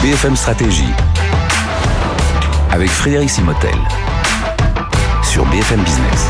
BFM Stratégie avec Frédéric Simotel sur BFM Business.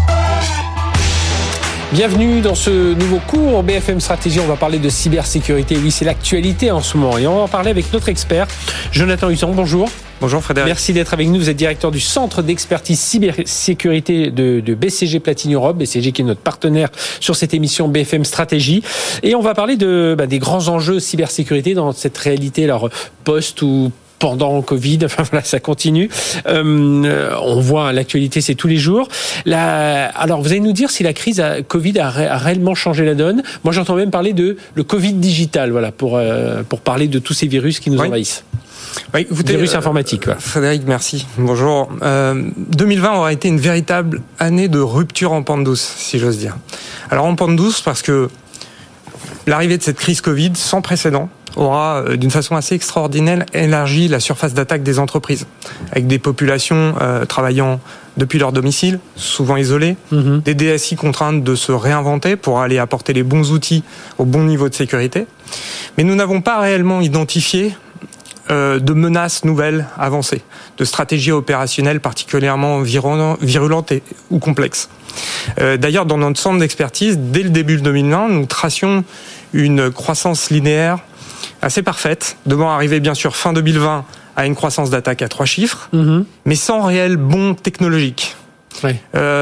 Bienvenue dans ce nouveau cours BFM Stratégie. On va parler de cybersécurité. Oui, c'est l'actualité en ce moment. Et on va en parler avec notre expert, Jonathan Husson. Bonjour. Bonjour Frédéric. Merci d'être avec nous. Vous êtes directeur du Centre d'expertise cybersécurité de BCG Platine Europe. BCG qui est notre partenaire sur cette émission BFM Stratégie. Et on va parler des grands enjeux cybersécurité dans cette réalité, alors post ou pendant Covid, enfin voilà, ça continue. On voit l'actualité, c'est tous les jours. Alors, vous allez nous dire si la crise Covid a réellement changé la donne. Moi, j'entends même parler de le Covid digital, voilà, pour parler de tous ces virus qui nous envahissent. Oui, écoutez, virus informatique. Voilà. Frédéric, merci. Bonjour. 2020 aura été une véritable année de rupture en pente douce, si j'ose dire. Alors en pente douce parce que l'arrivée de cette crise Covid sans précédent aura, d'une façon assez extraordinaire, élargi la surface d'attaque des entreprises, avec des populations travaillant depuis leur domicile, souvent isolées, des DSI contraintes de se réinventer pour aller apporter les bons outils au bon niveau de sécurité. Mais nous n'avons pas réellement identifié de menaces nouvelles avancées, de stratégies opérationnelles particulièrement virulentes ou complexes. D'ailleurs, dans notre centre d'expertise, dès le début de 2020, nous tracions une croissance linéaire assez parfaite, devant arriver bien sûr fin 2020 à une croissance d'attaque à 3 chiffres, mais sans réel bond technologique. Oui.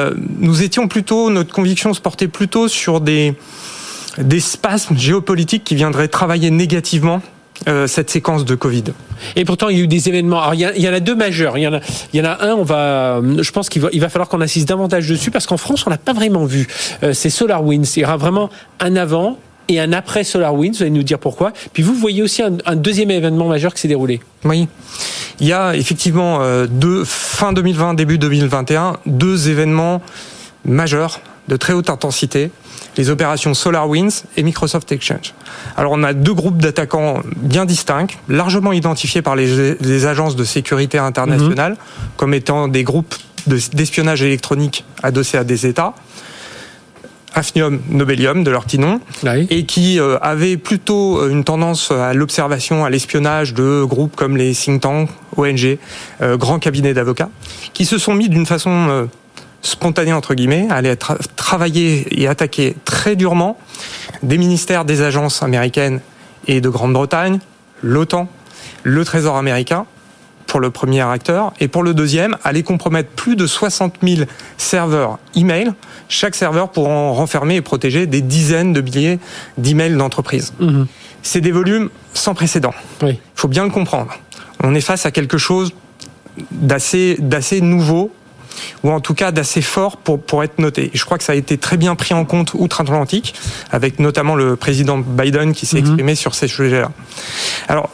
Notre conviction se portait plutôt sur des spasmes géopolitiques qui viendraient travailler négativement cette séquence de Covid. Et pourtant, il y a eu des événements. Alors, il y en a deux majeurs. Il y en a un, je pense qu'il va falloir qu'on insiste davantage dessus, parce qu'en France, on l'a pas vraiment vu. C'est SolarWinds. Il y aura vraiment un avant et un après SolarWinds. Vous allez nous dire pourquoi. Puis vous voyez aussi un deuxième événement majeur qui s'est déroulé. Oui. Il y a effectivement fin 2020, début 2021, deux événements majeurs de très haute intensité, les opérations SolarWinds et Microsoft Exchange. Alors on a deux groupes d'attaquants bien distincts, largement identifiés par les agences de sécurité internationales comme étant des groupes d'espionnage électronique adossés à des États, Hafnium, Nobelium de leur petit nom, et qui avaient plutôt une tendance à l'observation, à l'espionnage de groupes comme les think tanks, ONG, grands cabinets d'avocats, qui se sont mis d'une façon spontanée entre guillemets, à aller travailler et attaquer très durement des ministères des agences américaines et de Grande-Bretagne, l'OTAN, le Trésor américain, pour le premier acteur, et pour le deuxième, aller compromettre plus de 60 000 serveurs email, chaque serveur pouvant renfermer et protéger des dizaines de milliers d'emails d'entreprises. C'est des volumes sans précédent. Il faut bien le comprendre. On est face à quelque chose d'assez nouveau, ou en tout cas d'assez fort pour être noté. Et je crois que ça a été très bien pris en compte outre-Atlantique, avec notamment le président Biden qui s'est exprimé sur ces sujets-là. Alors,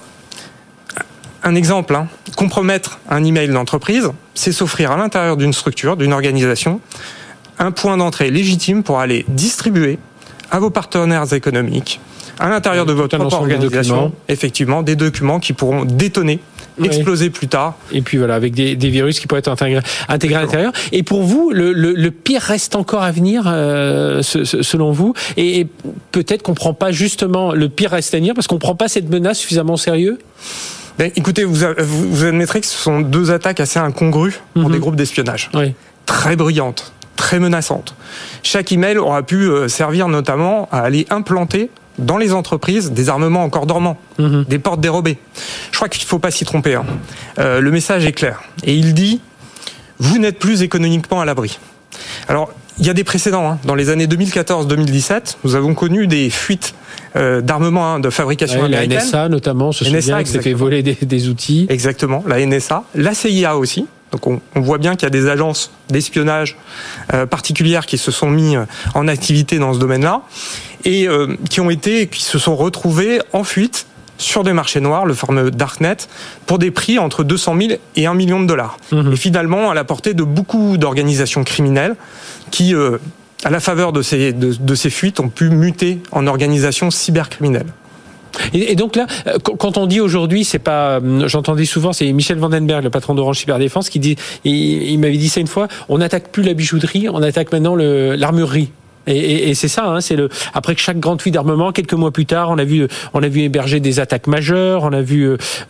un exemple, compromettre un email d'entreprise, c'est s'offrir à l'intérieur d'une structure, d'une organisation, un point d'entrée légitime pour aller distribuer à vos partenaires économiques, à l'intérieur de votre propre organisation, effectivement, des documents qui pourront détonner, exploser plus tard. Et puis voilà, avec des virus qui pourraient être intégrés à l'intérieur. Et pour vous, le pire reste encore à venir, selon vous, et peut-être qu'on prend pas justement le pire reste à venir parce qu'on prend pas cette menace suffisamment au sérieux. Écoutez, vous admettrez que ce sont deux attaques assez incongrues pour des groupes d'espionnage. Très brillantes, très menaçantes. Chaque email aura pu servir notamment à aller implanter dans les entreprises des armements encore dormants, des portes dérobées. Je crois qu'il ne faut pas s'y tromper. Le message est clair. Et il dit, vous n'êtes plus économiquement à l'abri. Alors, il y a des précédents. Dans les années 2014-2017, nous avons connu des fuites d'armements de fabrication américaine. La NSA notamment, se souvient, qui s'est fait voler des outils. Exactement, la NSA. La CIA aussi. Donc on voit bien qu'il y a des agences d'espionnage particulières qui se sont mis en activité dans ce domaine-là et qui se sont retrouvées en fuite sur des marchés noirs, le fameux Darknet, pour des prix entre 200 000 et 1 million de dollars. Et finalement, à la portée de beaucoup d'organisations criminelles qui, à la faveur de ces fuites, ont pu muter en organisations cybercriminelles. Et donc là, quand on dit aujourd'hui, c'est pas, j'entendais souvent, c'est Michel Vandenberg, le patron d'Orange Cyberdéfense, qui dit, il m'avait dit ça une fois, on n'attaque plus la bijouterie, on attaque maintenant l'armurerie. Et c'est ça, c'est après que chaque grande fuite d'armement, quelques mois plus tard, on a vu émerger des attaques majeures, on a vu,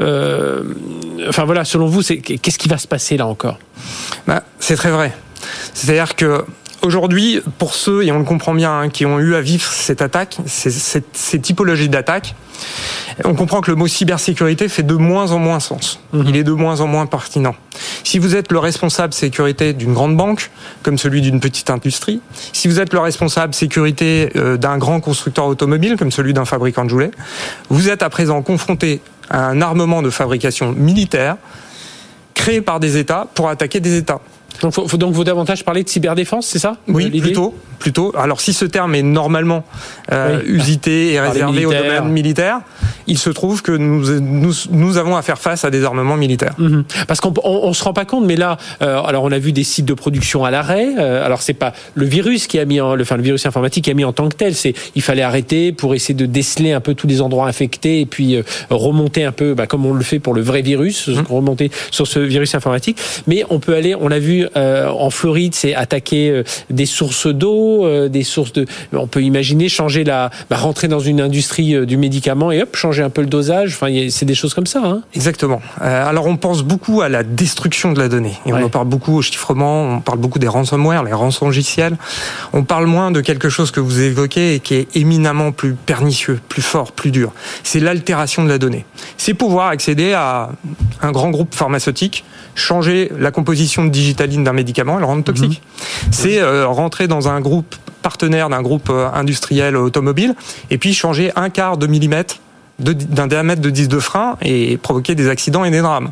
selon vous, qu'est-ce qui va se passer là encore? C'est très vrai. C'est-à-dire que aujourd'hui, pour ceux, et on le comprend bien, qui ont eu à vivre cette attaque, ces typologies d'attaques, on comprend que le mot cybersécurité fait de moins en moins sens. Il est de moins en moins pertinent. Si vous êtes le responsable sécurité d'une grande banque, comme celui d'une petite industrie, si vous êtes le responsable sécurité d'un grand constructeur automobile, comme celui d'un fabricant de jouets, vous êtes à présent confronté à un armement de fabrication militaire créé par des États pour attaquer des États. Donc, faut davantage parler de cyberdéfense, c'est ça? Oui, plutôt. Alors, si ce terme est normalement usité et réservé au domaine militaire, il se trouve que nous avons à faire face à des armements militaires. Parce qu'on se rend pas compte, mais là, alors on a vu des sites de production à l'arrêt. Alors c'est pas le virus qui a mis le virus informatique qui a mis en tant que tel. Il fallait arrêter pour essayer de déceler un peu tous les endroits infectés et puis remonter un peu, comme on le fait pour le vrai virus, remonter sur ce virus informatique. Mais on peut aller, on a vu en Floride, c'est attaquer des sources d'eau, on peut imaginer changer rentrer dans une industrie du médicament et changer un peu le dosage. C'est des choses comme ça. Exactement. Alors on pense beaucoup à la destruction de la donnée et on en parle beaucoup au chiffrement. On parle beaucoup des ransomware, les rançongiciels. On parle moins de quelque chose que vous évoquez et qui est éminemment plus pernicieux, plus fort, plus dur. C'est l'altération de la donnée. C'est pouvoir accéder à un grand groupe pharmaceutique, changer la composition digitaline d'un médicament et le rendre toxique. C'est rentrer dans un groupe partenaire d'un groupe industriel automobile et puis changer 1/4 de millimètre d'un diamètre de disque de frein et provoquer des accidents et des drames.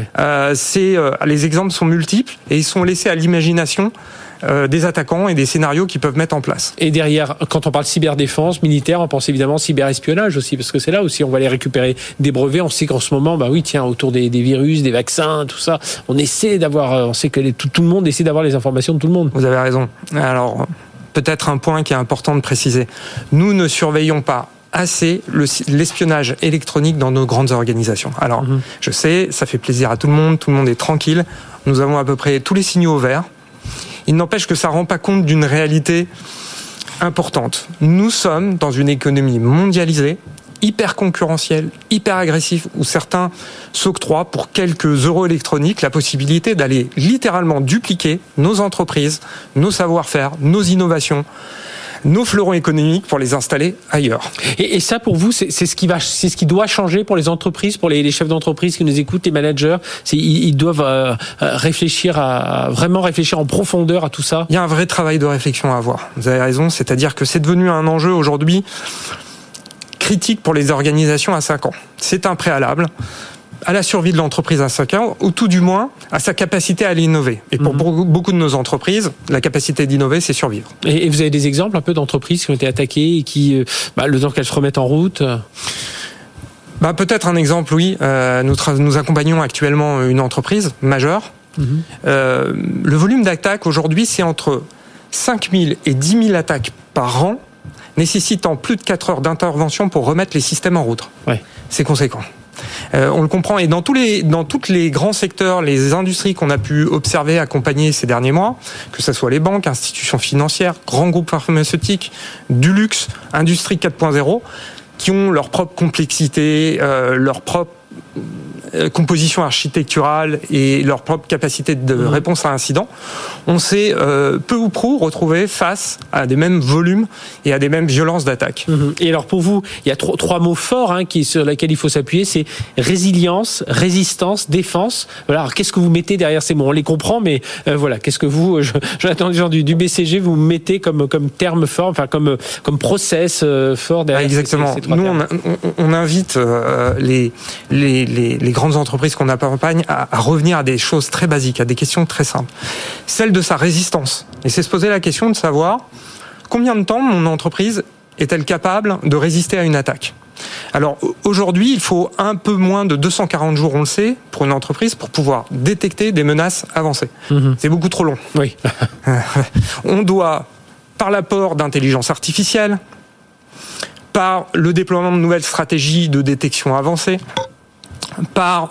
Les exemples sont multiples et ils sont laissés à l'imagination des attaquants et des scénarios qu'ils peuvent mettre en place. Et derrière, quand on parle cyberdéfense militaire, on pense évidemment cyberespionnage aussi, parce que c'est là aussi on va aller récupérer des brevets. On sait qu'en ce moment, autour des virus, des vaccins, tout ça, on sait que tout le monde essaie d'avoir les informations de tout le monde. Vous avez raison. Alors, peut-être un point qui est important de préciser. Nous ne surveillons pas assez l'espionnage électronique dans nos grandes organisations. Alors, je sais, ça fait plaisir à tout le monde est tranquille. Nous avons à peu près tous les signaux au vert. Il n'empêche que ça ne rend pas compte d'une réalité importante. Nous sommes dans une économie mondialisée, hyper concurrentielle, hyper agressive, où certains s'octroient pour quelques euros électroniques la possibilité d'aller littéralement dupliquer nos entreprises, nos savoir-faire, nos innovations, nos fleurons économiques pour les installer ailleurs. Et ça, pour vous, c'est ce qui doit changer pour les entreprises, pour les chefs d'entreprise qui nous écoutent, les managers. Ils doivent vraiment réfléchir en profondeur à tout ça. Il y a un vrai travail de réflexion à avoir. Vous avez raison, c'est-à-dire que c'est devenu un enjeu aujourd'hui critique pour les organisations à 5 ans. C'est un préalable à la survie de l'entreprise à 5 ans, ou tout du moins à sa capacité à l'innover. Et pour beaucoup de nos entreprises, la capacité d'innover, c'est survivre. Et vous avez des exemples un peu d'entreprises qui ont été attaquées et qui, le temps qu'elles se remettent en route? Peut-être un exemple, oui. Nous accompagnons actuellement une entreprise majeure. Le volume d'attaques aujourd'hui, c'est entre 5 000 et 10 000 attaques par an, nécessitant plus de 4 heures d'intervention pour remettre les systèmes en route. C'est conséquent. On le comprend, et dans tous les grands secteurs, les industries qu'on a pu observer, accompagner ces derniers mois, que ce soit les banques, institutions financières, grands groupes pharmaceutiques, du luxe, industrie 4.0, qui ont leur propre complexité, leur propre composition architecturale et leur propre capacité de réponse à incident, on s'est peu ou prou retrouvé face à des mêmes volumes et à des mêmes violences d'attaque. Et alors pour vous, il y a trois mots forts sur lesquels il faut s'appuyer, c'est résilience, résistance, défense. Voilà, alors qu'est-ce que vous mettez derrière ces mots? On les comprend, mais qu'est-ce que vous, j'attends des gens du BCG, vous mettez comme terme fort, comme process fort derrière? Exactement. Nous, on invite les grandes entreprises qu'on accompagne à revenir à des choses très basiques, à des questions très simples. Celle de sa résistance. Et c'est se poser la question de savoir combien de temps mon entreprise est-elle capable de résister à une attaque. Alors aujourd'hui, il faut un peu moins de 240 jours, on le sait, pour une entreprise pour pouvoir détecter des menaces avancées. C'est beaucoup trop long. Oui. On doit, par l'apport d'intelligence artificielle, par le déploiement de nouvelles stratégies de détection avancée, par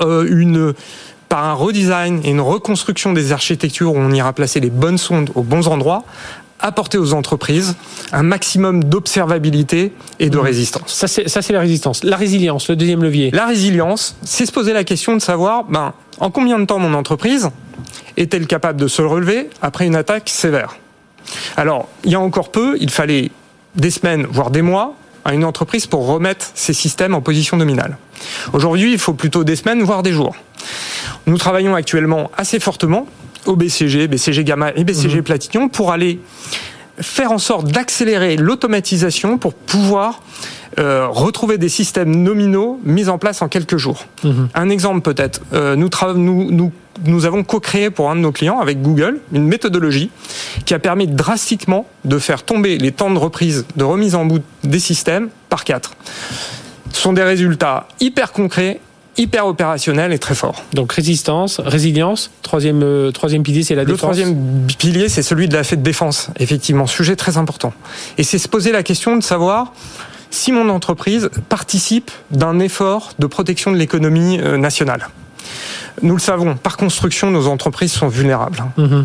un redesign et une reconstruction des architectures où on ira placer les bonnes sondes aux bons endroits, apporter aux entreprises un maximum d'observabilité et de résistance. Ça c'est la résistance. La résilience, le deuxième levier. La résilience, c'est se poser la question de savoir, en combien de temps mon entreprise est-elle capable de se relever après une attaque sévère ? Alors, il y a encore peu, il fallait des semaines, voire des mois, à une entreprise pour remettre ses systèmes en position nominale. Aujourd'hui, il faut plutôt des semaines, voire des jours. Nous travaillons actuellement assez fortement au BCG, BCG Gamma et BCG Platinium pour aller faire en sorte d'accélérer l'automatisation pour pouvoir retrouver des systèmes nominaux mis en place en quelques jours. Un exemple peut-être, nous avons co-créé pour un de nos clients avec Google une méthodologie qui a permis drastiquement de faire tomber les temps de reprise, de remise en bout des systèmes par 4. Ce sont des résultats hyper concrets, hyper opérationnel et très fort. Donc résistance, résilience, troisième pilier, c'est la défense. Le troisième pilier, c'est celui de la défense, effectivement, sujet très important. Et c'est se poser la question de savoir si mon entreprise participe d'un effort de protection de l'économie nationale. Nous le savons, par construction, nos entreprises sont vulnérables.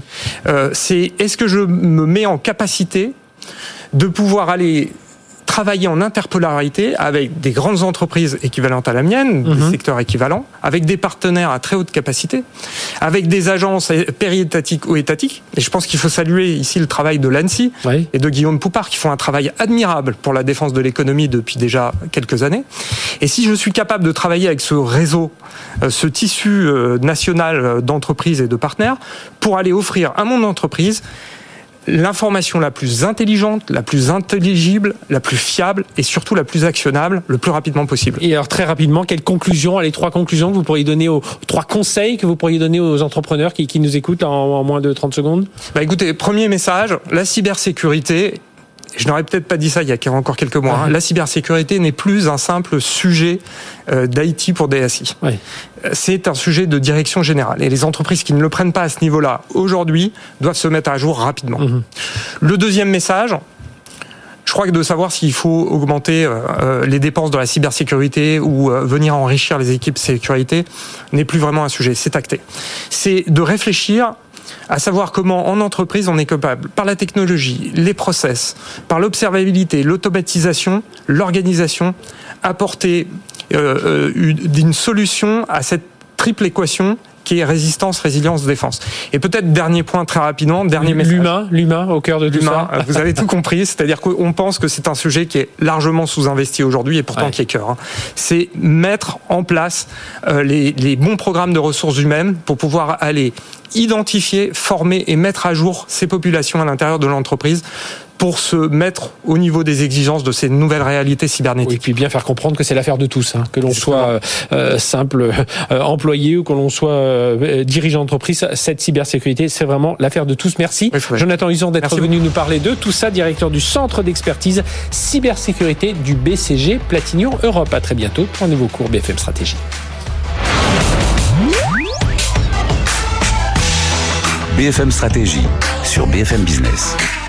Est-ce que je me mets en capacité de pouvoir aller travailler en interpolarité avec des grandes entreprises équivalentes à la mienne, des secteurs équivalents, avec des partenaires à très haute capacité, avec des agences périétatiques ou étatiques. Et je pense qu'il faut saluer ici le travail de l'ANSSI et de Guillaume Poupard, qui font un travail admirable pour la défense de l'économie depuis déjà quelques années. Et si je suis capable de travailler avec ce réseau, ce tissu national d'entreprises et de partenaires, pour aller offrir à mon entreprise l'information la plus intelligente, la plus intelligible, la plus fiable et surtout la plus actionnable le plus rapidement possible. Et alors très rapidement, quelles conclusions, les 3 conclusions que vous pourriez donner 3 conseils que vous pourriez donner aux entrepreneurs qui nous écoutent en moins de 30 secondes ? Écoutez, premier message, la cybersécurité, je n'aurais peut-être pas dit ça il y a encore quelques mois, la cybersécurité n'est plus un simple sujet d'IT pour DSI. C'est un sujet de direction générale. Et les entreprises qui ne le prennent pas à ce niveau-là, aujourd'hui, doivent se mettre à jour rapidement. Le deuxième message, je crois que de savoir s'il faut augmenter les dépenses de la cybersécurité ou venir enrichir les équipes sécurité n'est plus vraiment un sujet, c'est acté. C'est de réfléchir à savoir comment en entreprise on est capable, par la technologie, les process, par l'observabilité, l'automatisation, l'organisation, apporter une solution à cette triple équation qui est résistance, résilience, défense. Et peut-être dernier point très rapidement, message. L'humain au cœur de tout ça. Vous avez tout compris, c'est-à-dire qu'on pense que c'est un sujet qui est largement sous-investi aujourd'hui et pourtant qui est cœur. C'est mettre en place les bons programmes de ressources humaines pour pouvoir aller identifier, former et mettre à jour ces populations à l'intérieur de l'entreprise pour se mettre au niveau des exigences de ces nouvelles réalités cybernétiques. Et puis bien faire comprendre que c'est l'affaire de tous, que l'on soit simple employé ou que l'on soit dirigeant d'entreprise, cette cybersécurité, c'est vraiment l'affaire de tous. Merci Jonathan Huzon d'être venu nous parler de tout ça, directeur du centre d'expertise cybersécurité du BCG Platinium Europe. À très bientôt pour un nouveau cours BFM Stratégie. BFM Stratégie sur BFM Business.